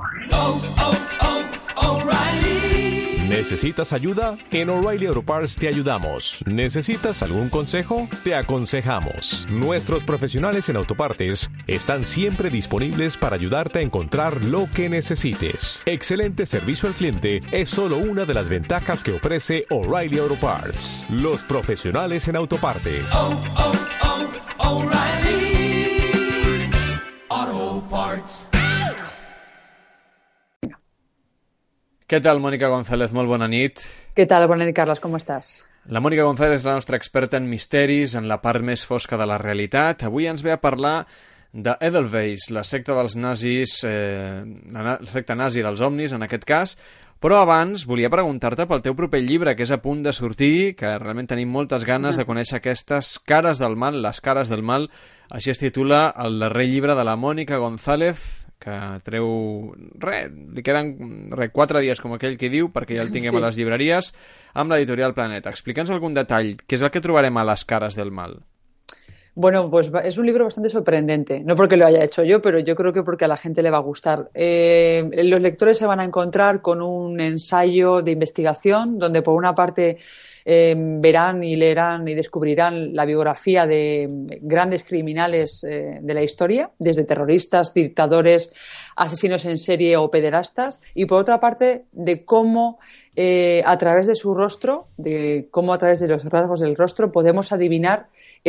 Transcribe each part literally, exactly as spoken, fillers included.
Oh, oh, oh, O'Reilly. ¿Necesitas ayuda? En O'Reilly Auto Parts te ayudamos. ¿Necesitas algún consejo? Te aconsejamos. Nuestros profesionales en autopartes están siempre disponibles para ayudarte a encontrar lo que necesites. Excelente servicio al cliente es solo una de las ventajas que ofrece O'Reilly Auto Parts. Los profesionales en autopartes. Oh, oh, oh, O'Reilly Auto Parts. Què tal, Mònica González? Molt bona nit. Què tal? Bona nit, Carles, com estàs? La Mònica González és la nostra experta en misteris, en la part més fosca de la realitat. Avui ens ve a parlar de Edelweiss, la secta dels nazis, eh, la secta nazi dels ovnis, en aquest cas. Però abans volia preguntar-te pel teu proper llibre, que és a punt de sortir, que realment tenim moltes ganes de conèixer aquestes cares del mal, les cares del mal. Així es titula el darrer llibre de la Mònica González, que treu... Re, li queden re, quatre dies, com aquell que diu, perquè ja el tinguem sí. a les llibreries, amb l'editorial Planeta. Explica'ns algun detall. ¿Qué es el que trobarem a las caras del mal? Bueno, pues es un libro bastante sorprendente. No porque lo haya hecho yo, pero yo creo que porque a la gente le va a gustar. Eh, los lectores se van a encontrar con un ensayo de investigación donde, por una parte, Eh, verán y leerán y descubrirán la biografía de grandes criminales eh, de la historia, desde terroristas, dictadores, asesinos en serie o pederastas, y por otra parte de cómo eh, a través de su rostro, de cómo a través de los rasgos del rostro podemos adivinar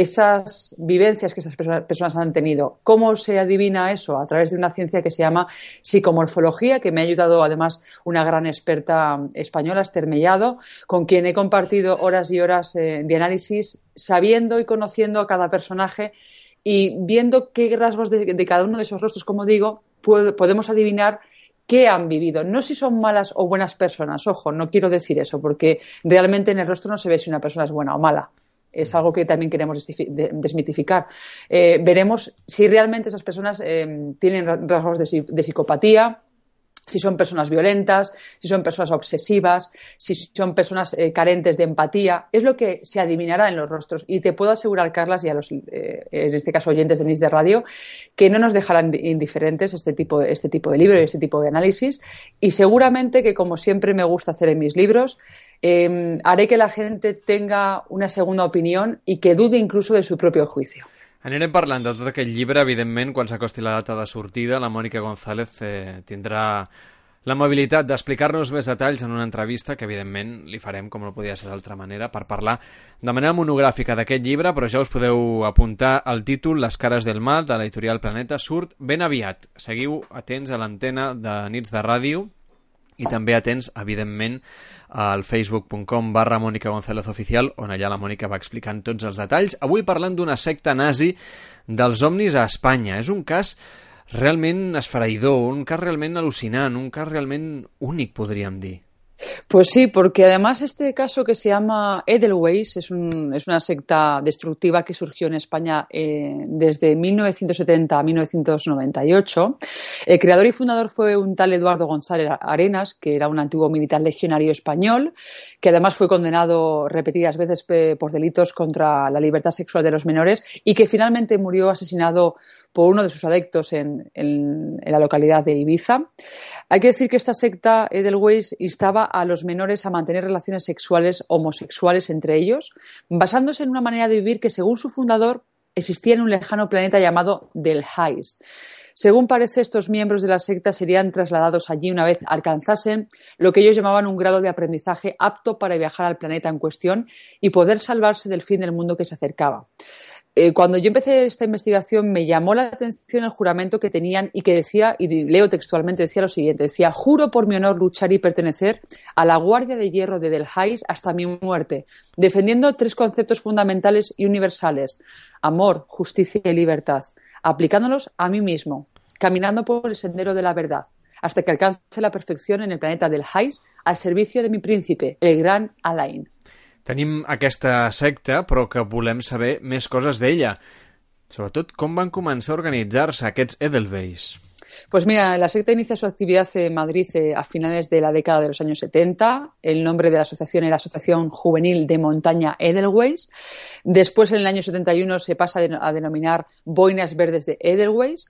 esas vivencias que esas personas han tenido. ¿Cómo se adivina eso? A través de una ciencia que se llama psicomorfología, que me ha ayudado además una gran experta española, Esther Mellado, con quien he compartido horas y horas eh, de análisis, sabiendo y conociendo a cada personaje y viendo qué rasgos de, de cada uno de esos rostros, como digo, puede, podemos adivinar qué han vivido. No si son malas o buenas personas, ojo, no quiero decir eso, porque realmente en el rostro no se ve si una persona es buena o mala. Es algo que también queremos desmitificar. Eh, veremos si realmente esas personas eh, tienen rasgos de, de psicopatía, si son personas violentas, si son personas obsesivas, si son personas eh, carentes de empatía. Es lo que se adivinará en los rostros. Y te puedo asegurar, Carlas, y a los, eh, en este caso, oyentes de N I S de Radio, que no nos dejarán indiferentes este tipo, este tipo de libro y este tipo de análisis. Y seguramente que, como siempre me gusta hacer en mis libros, eh, haré que la gente tenga una segunda opinión y que dude incluso de su propio juicio. Anirem parlant de tot aquest llibre, evidentment, quan s'acosti la data de sortida. La Mònica González eh, tindrà l'amabilitat d'explicar-nos més detalls en una entrevista que, evidentment, li farem, com no podia ser d'altra manera, per parlar de manera monogràfica d'aquest llibre, però ja us podeu apuntar al títol Les cares del mal, de l'editorial Planeta. Surt ben aviat. Seguiu atents a l'antena de Nits de Ràdio i també atents, evidentment, al facebook punt com barra Mònica González Oficial, on allà la Mònica va explicant tots els detalls. Avui parlant d'una secta nazi dels ovnis a Espanya. És un cas realment esfereïdor, un cas realment al·lucinant, un cas realment únic, podríem dir. Pues sí, porque además este caso que se llama Edelweiss es, un, es una secta destructiva que surgió en España eh, desde mil novecientos setenta a mil novecientos noventa y ocho. El creador y fundador fue un tal Eduardo González Arenas, que era un antiguo militar legionario español, que además fue condenado repetidas veces por delitos contra la libertad sexual de los menores y que finalmente murió asesinado por uno de sus adeptos en, en, en la localidad de Ibiza. Hay que decir que esta secta, Edelweiss, instaba a los menores a mantener relaciones sexuales homosexuales entre ellos, basándose en una manera de vivir que, según su fundador, existía en un lejano planeta llamado Delhaize. Según parece, estos miembros de la secta serían trasladados allí una vez alcanzasen lo que ellos llamaban un grado de aprendizaje apto para viajar al planeta en cuestión y poder salvarse del fin del mundo que se acercaba. Eh, cuando yo empecé esta investigación me llamó la atención el juramento que tenían y que decía, y leo textualmente, decía lo siguiente, decía: juro por mi honor luchar y pertenecer a la Guardia de Hierro de Delhaize hasta mi muerte, defendiendo tres conceptos fundamentales y universales: amor, justicia y libertad, aplicándolos a mí mismo, caminando por el sendero de la verdad, hasta que alcance la perfección en el planeta Delhaize al servicio de mi príncipe, el gran Alain. Tenim aquesta secta, però que volem saber més coses d'ella. Sobretot, com van començar a organitzar-se aquests Edelweiss? Pues mira, la secta inicia su actividad en Madrid eh, a finales de la década de los años setenta. El nombre de la asociación era Asociación Juvenil de Montaña Edelweiss. Después, en el año setenta y uno, se pasa a denominar Boinas Verdes de Edelweiss.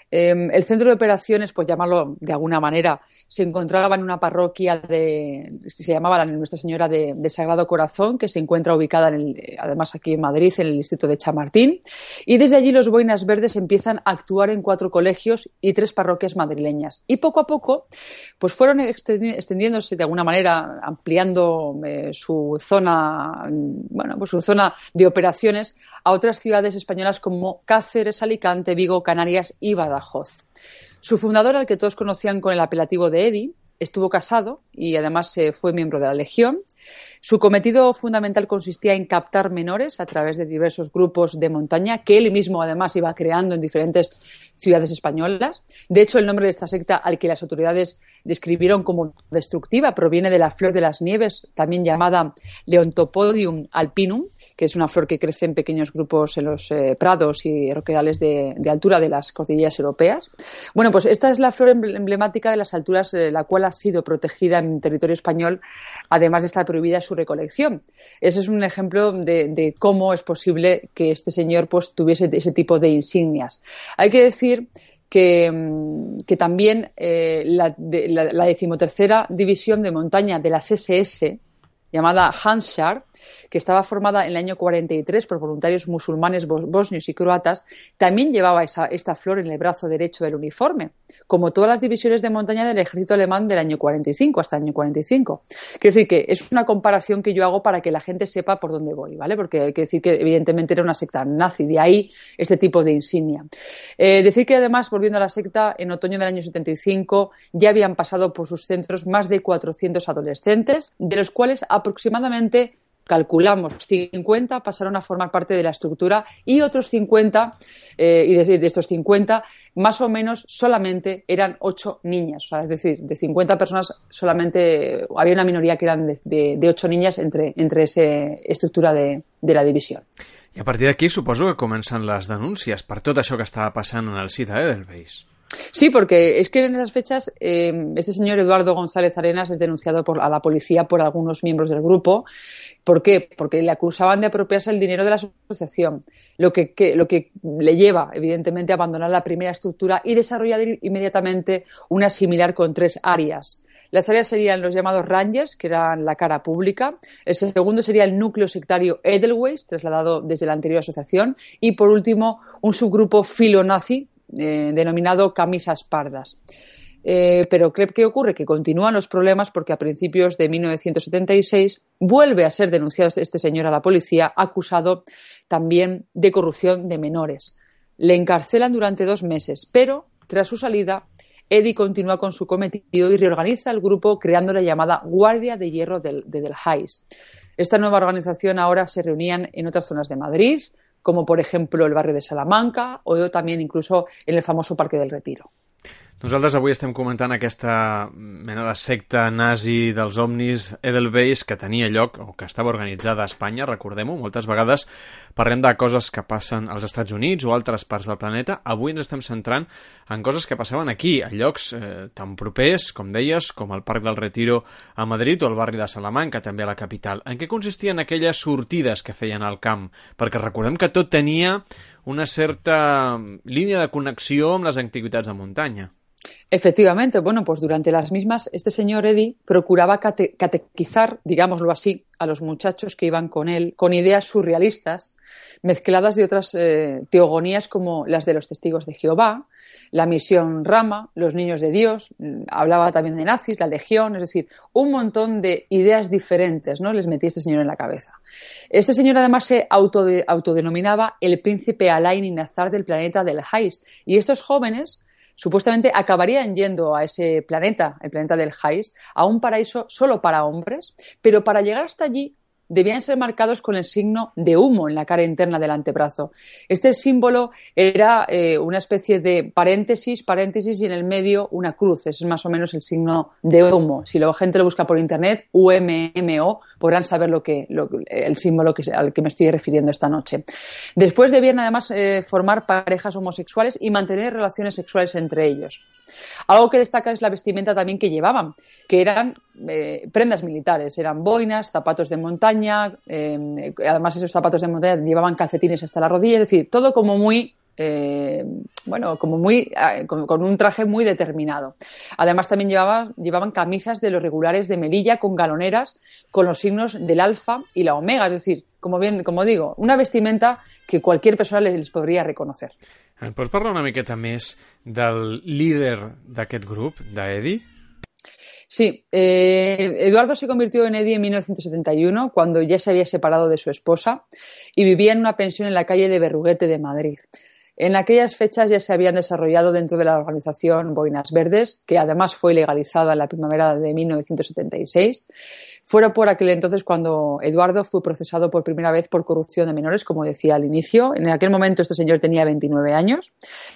Eh, el centro de operaciones, pues llamarlo de alguna manera, se encontraba en una parroquia de, se llamaba la Nuestra Señora de, de Sagrado Corazón, que se encuentra ubicada en el, además aquí en Madrid, en el distrito de Chamartín, y desde allí los Boinas Verdes empiezan a actuar en cuatro colegios y tres parroquias madrileñas. Y poco a poco, pues fueron extendiéndose de alguna manera, ampliando eh, su zona, bueno, pues su zona de operaciones a otras ciudades españolas como Cáceres, Alicante, Vigo, Canarias y Badajoz. Su fundador, al que todos conocían con el apelativo de Eddie, estuvo casado y además eh, fue miembro de la Legión. Su cometido fundamental consistía en captar menores a través de diversos grupos de montaña que él mismo además iba creando en diferentes ciudades españolas. De hecho, el nombre de esta secta, al que las autoridades describieron como destructiva, proviene de la flor de las nieves, también llamada Leontopodium alpinum, que es una flor que crece en pequeños grupos en los eh, prados y roquedales de, de altura de las cordilleras europeas. Bueno, pues esta es la flor emblemática de las alturas, eh, la cual ha sido protegida en territorio español, además de estar prohibida su recolección. Ese es un ejemplo de, de cómo es posible que este señor pues, tuviese ese tipo de insignias. Hay que decir que, que también eh, la, de, la, la decimotercera división de montaña de las ese ese, llamada Handschar, que estaba formada en el año cuarenta y tres por voluntarios musulmanes bosnios y croatas, también llevaba esa, esta flor en el brazo derecho del uniforme, como todas las divisiones de montaña del ejército alemán del año cuarenta y cinco, hasta el año cuarenta y cinco. Quiero decir que es una comparación que yo hago para que la gente sepa por dónde voy, ¿vale? Porque hay que decir que evidentemente era una secta nazi, de ahí este tipo de insignia. Eh, decir que además, volviendo a la secta, en otoño del año setenta y cinco ya habían pasado por sus centros más de cuatrocientos adolescentes, de los cuales aproximadamente calculamos cincuenta pasaron a formar parte de la estructura y otros cincuenta, eh, y de, de estos cincuenta, más o menos solamente eran ocho niñas. O sea, es decir, de cincuenta personas solamente había una minoría que eran de, de, de ocho niñas entre, entre esa estructura de, de la división. I a partir d'aquí suposo que comencen les denúncies per tot això que estava passant en el site Edelweiss. Sí, porque es que en esas fechas eh, este señor Eduardo González Arenas es denunciado por, a la policía por algunos miembros del grupo. ¿Por qué? Porque le acusaban de apropiarse el dinero de la asociación, lo que, que, lo que le lleva, evidentemente, a abandonar la primera estructura y desarrollar inmediatamente una similar con tres áreas. Las áreas serían los llamados Rangers, que eran la cara pública. El segundo sería el núcleo sectario Edelweiss, trasladado desde la anterior asociación. Y, por último, un subgrupo filonazi, Eh, denominado Camisas Pardas. Eh, pero ¿qué ocurre? Que continúan los problemas porque a principios de mil novecientos setenta y seis vuelve a ser denunciado este señor a la policía, acusado también de corrupción de menores. Le encarcelan durante dos meses, pero tras su salida, Eddie continúa con su cometido y reorganiza el grupo creando la llamada Guardia de Hierro de Edelweiss. Esta nueva organización ahora se reunían en otras zonas de Madrid, como por ejemplo el barrio de Salamanca o también incluso en el famoso Parque del Retiro. Nosaltres avui estem comentant aquesta mena de secta nazi dels ovnis Edelweiss que tenia lloc, o que estava organitzada a Espanya, recordem-ho, moltes vegades parlem de coses que passen als Estats Units o altres parts del planeta. Avui ens estem centrant en coses que passaven aquí, a llocs eh, tan propers, com deies, com el Parc del Retiro a Madrid o el barri de Salamanca, també a la capital. En què consistien aquelles sortides que feien al camp? Perquè recordem que tot tenia una certa línia de connexió amb les activitats de muntanya. Efectivamente, bueno, pues durante las mismas este señor Eddie procuraba cate- catequizar, digámoslo así, a los muchachos que iban con él, con ideas surrealistas, mezcladas de otras eh, teogonías como las de los testigos de Jehová, la misión Rama, los niños de Dios, hablaba también de nazis, la legión, es decir, un montón de ideas diferentes, ¿no? Les metía este señor en la cabeza. Este señor además se autode- autodenominaba el príncipe Alain y Nazar del planeta del Hais, y estos jóvenes supuestamente acabarían yendo a ese planeta, el planeta del Hais, a un paraíso solo para hombres, pero para llegar hasta allí debían ser marcados con el signo de humo en la cara interna del antebrazo. Este símbolo era eh, una especie de paréntesis, paréntesis y en el medio una cruz. Ese es más o menos el signo de humo. Si la gente lo busca por internet, U M M O, podrán saber lo que, lo, el símbolo que, al que me estoy refiriendo esta noche. Después debían además eh, formar parejas homosexuales y mantener relaciones sexuales entre ellos. Algo que destaca es la vestimenta también que llevaban, que eran eh, prendas militares, eran boinas, zapatos de montaña, eh, además esos zapatos de montaña llevaban calcetines hasta la rodilla, es decir, todo como muy eh, bueno, como muy, eh, con, con un traje muy determinado. Además también llevaba, llevaban camisas de los regulares de Melilla con galoneras con los signos del alfa y la omega, es decir, como bien, como digo, una vestimenta que cualquier persona les, les podría reconocer. Em pots parlar una miqueta més del líder d'aquest grup, d'Eddie? Sí, eh, Eduardo se convirtió en Eddie en mil novecientos setenta y uno, cuando ya se había separado de su esposa y vivía en una pensión en la calle de Berruguete de Madrid. En aquellas fechas ya se habían desarrollado dentro de la organización Boinas Verdes, que además fue legalizada en la primavera de mil novecientos setenta y seis. Fuera por aquel entonces cuando Eduardo fue procesado por primera vez por corrupción de menores, como decía al inicio. En aquel momento este señor tenía veintinueve años.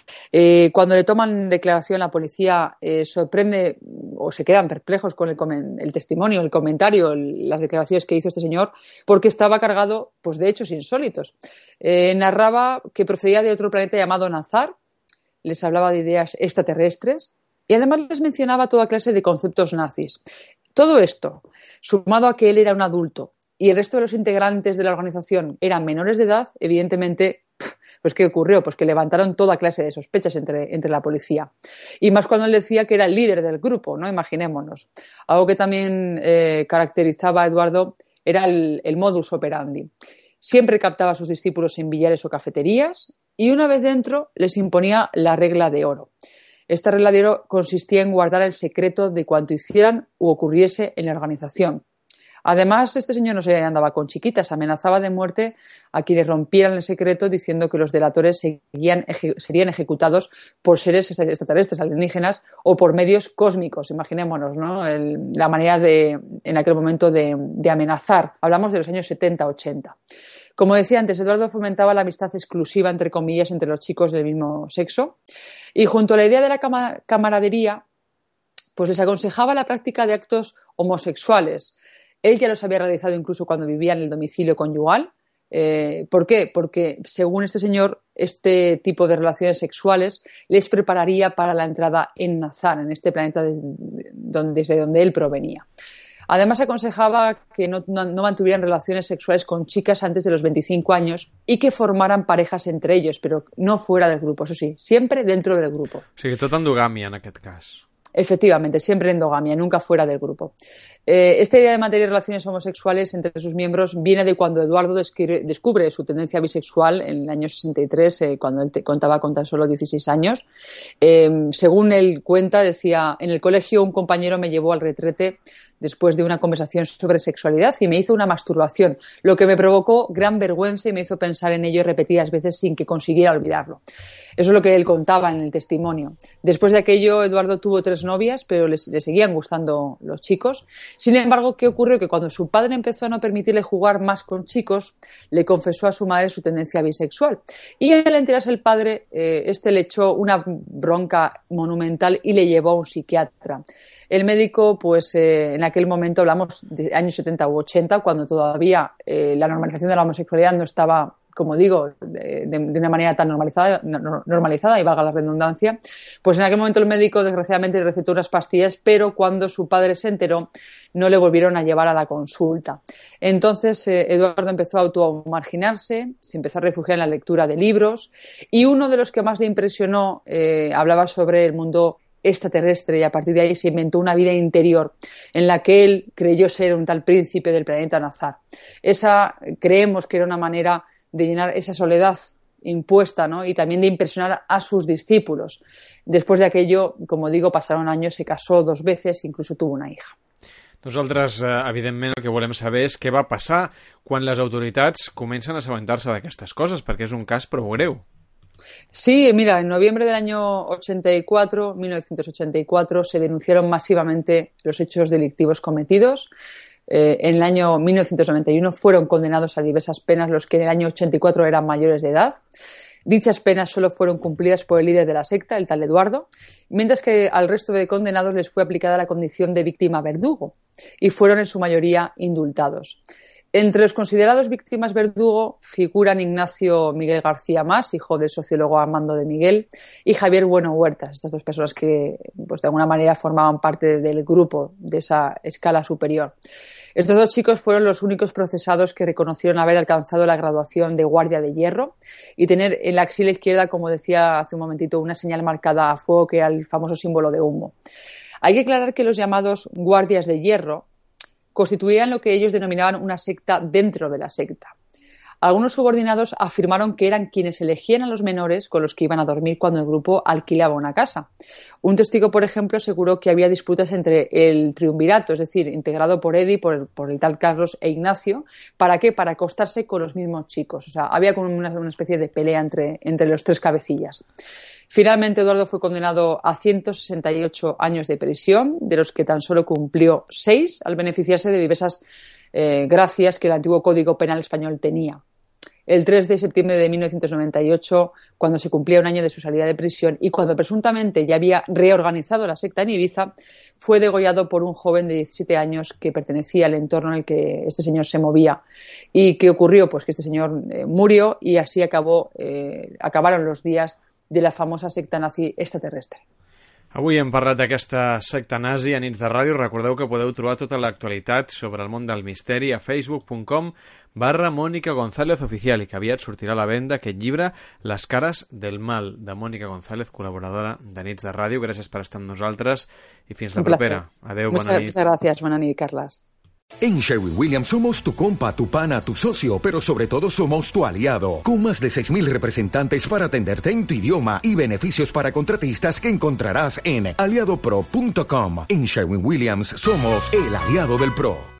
Eh, cuando le toman declaración, la policía eh, sorprende o se quedan perplejos con el, el testimonio, el comentario, el, las declaraciones que hizo este señor, porque estaba cargado pues, de hechos insólitos. Eh, narraba que procedía de otro planeta llamado Nazar, les hablaba de ideas extraterrestres y además les mencionaba toda clase de conceptos nazis. Todo esto, sumado a que él era un adulto y el resto de los integrantes de la organización eran menores de edad, evidentemente, pues ¿qué ocurrió? Pues que levantaron toda clase de sospechas entre, entre la policía. Y más cuando él decía que era el líder del grupo, ¿no? Imaginémonos. Algo que también eh, caracterizaba a Eduardo era el, el modus operandi. Siempre captaba a sus discípulos en billares o cafeterías y una vez dentro les imponía la regla de oro. Esta regla de oro consistía en guardar el secreto de cuanto hicieran u ocurriese en la organización. Además, este señor no se andaba con chiquitas, amenazaba de muerte a quienes rompieran el secreto diciendo que los delatores seguían, eje, serían ejecutados por seres extraterrestres, alienígenas o por medios cósmicos. Imaginémonos, ¿no? El, la manera de, en aquel momento de, de amenazar. Hablamos de los años setenta ochenta. Como decía antes, Eduardo fomentaba la amistad exclusiva, entre comillas, entre los chicos del mismo sexo. Y junto a la idea de la cama- camaradería, pues les aconsejaba la práctica de actos homosexuales. Él ya los había realizado incluso cuando vivía en el domicilio conyugal. Eh, ¿Por qué? Porque, según este señor, este tipo de relaciones sexuales les prepararía para la entrada en Nazar, en este planeta desde donde, desde donde él provenía. Además, aconsejaba que no, no, no mantuvieran relaciones sexuales con chicas antes de los veinticinco años y que formaran parejas entre ellos, pero no fuera del grupo, eso sí, siempre dentro del grupo. O sigui, tot endogàmia en aquest cas. Efectivamente, siempre endogamia, nunca fuera del grupo. Eh, esta idea de mantener relaciones homosexuales entre sus miembros viene de cuando Eduardo describe, descubre su tendencia bisexual en el año sesenta y tres, eh, cuando él te, contaba con tan solo dieciséis años. Eh, según él cuenta, decía, en el colegio un compañero me llevó al retrete después de una conversación sobre sexualidad y me hizo una masturbación, lo que me provocó gran vergüenza y me hizo pensar en ello repetidas veces sin que consiguiera olvidarlo. Eso es lo que él contaba en el testimonio. Después de aquello, Eduardo tuvo tres novias, pero les, le seguían gustando los chicos. Sin embargo, ¿qué ocurrió? Que cuando su padre empezó a no permitirle jugar más con chicos, le confesó a su madre su tendencia bisexual. Y al enterarse el padre, eh, este le echó una bronca monumental y le llevó a un psiquiatra. El médico, pues eh, en aquel momento, hablamos de años setenta u ochenta, cuando todavía eh, la normalización de la homosexualidad no estaba, como digo, de, de, de una manera tan normalizada, no, normalizada, y valga la redundancia, pues en aquel momento el médico desgraciadamente le recetó unas pastillas, pero cuando su padre se enteró no le volvieron a llevar a la consulta. Entonces eh, Eduardo empezó a automarginarse, se empezó a refugiar en la lectura de libros y uno de los que más le impresionó eh, hablaba sobre el mundo extraterrestre y a partir de ahí se inventó una vida interior en la que él creyó ser un tal príncipe del planeta Nazar. Esa creemos que era una manera de llenar esa soledad impuesta, ¿no? Y también de impresionar a sus discípulos. Después de aquello, como digo, pasaron años, se casó dos veces, incluso tuvo una hija. Nosaltres, evidentment, el que volem saber és què va passar quan les autoritats comencen a assabentar-se d'aquestes coses, perquè és un cas prou greu. Sí, mira, en noviembre del año ochenta y cuatro, mil novecientos ochenta y cuatro, se denunciaron masivamente los hechos delictivos cometidos. Eh, en el año mil novecientos noventa y uno fueron condenados a diversas penas los que en el año ochenta y cuatro eran mayores de edad. Dichas penas solo fueron cumplidas por el líder de la secta, el tal Eduardo, mientras que al resto de condenados les fue aplicada la condición de víctima verdugo y fueron en su mayoría indultados. Entre los considerados víctimas verdugo figuran Ignacio Miguel García Mas, hijo del sociólogo Armando de Miguel, y Javier Bueno Huertas, estas dos personas que pues, de alguna manera formaban parte del grupo de esa escala superior. Estos dos chicos fueron los únicos procesados que reconocieron haber alcanzado la graduación de guardia de hierro y tener en la axila izquierda, como decía hace un momentito, una señal marcada a fuego que era el famoso símbolo de humo. Hay que aclarar que los llamados guardias de hierro constituían lo que ellos denominaban una secta dentro de la secta. Algunos subordinados afirmaron que eran quienes elegían a los menores con los que iban a dormir cuando el grupo alquilaba una casa. Un testigo, por ejemplo, aseguró que había disputas entre el triunvirato, es decir, integrado por Eddie, por el, por el tal Carlos e Ignacio. ¿Para qué? Para acostarse con los mismos chicos. O sea, había como una, una especie de pelea entre, entre los tres cabecillas. Finalmente, Eduardo fue condenado a ciento sesenta y ocho años de prisión, de los que tan solo cumplió seis, al beneficiarse de diversas eh, gracias que el antiguo Código Penal español tenía. El tres de septiembre de mil novecientos noventa y ocho, cuando se cumplía un año de su salida de prisión y cuando presuntamente ya había reorganizado la secta en Ibiza, fue degollado por un joven de diecisiete años que pertenecía al entorno en el que este señor se movía. ¿Y qué ocurrió? Pues que este señor eh, murió y así acabó, eh, acabaron los días de la famosa secta nazi extraterrestre. Avui hem parlat d'aquesta secta nazi a Nits de Ràdio. Recordeu que podeu trobar tota l'actualitat sobre el món del misteri a facebook punt com barra Mónica González Oficial i que aviat sortirà a la venda aquest llibre Les cares del mal, de Mónica González, col·laboradora de Nits de Ràdio. Gràcies per estar amb nosaltres i fins la propera. Adéu, bona nit. Muchas gracias, bona nit, Carles. En Sherwin-Williams somos tu compa, tu pana, tu socio, pero sobre todo somos tu aliado. Con más de seis mil representantes para atenderte en tu idioma y beneficios para contratistas que encontrarás en aliado pro punto com. En Sherwin-Williams somos el aliado del pro.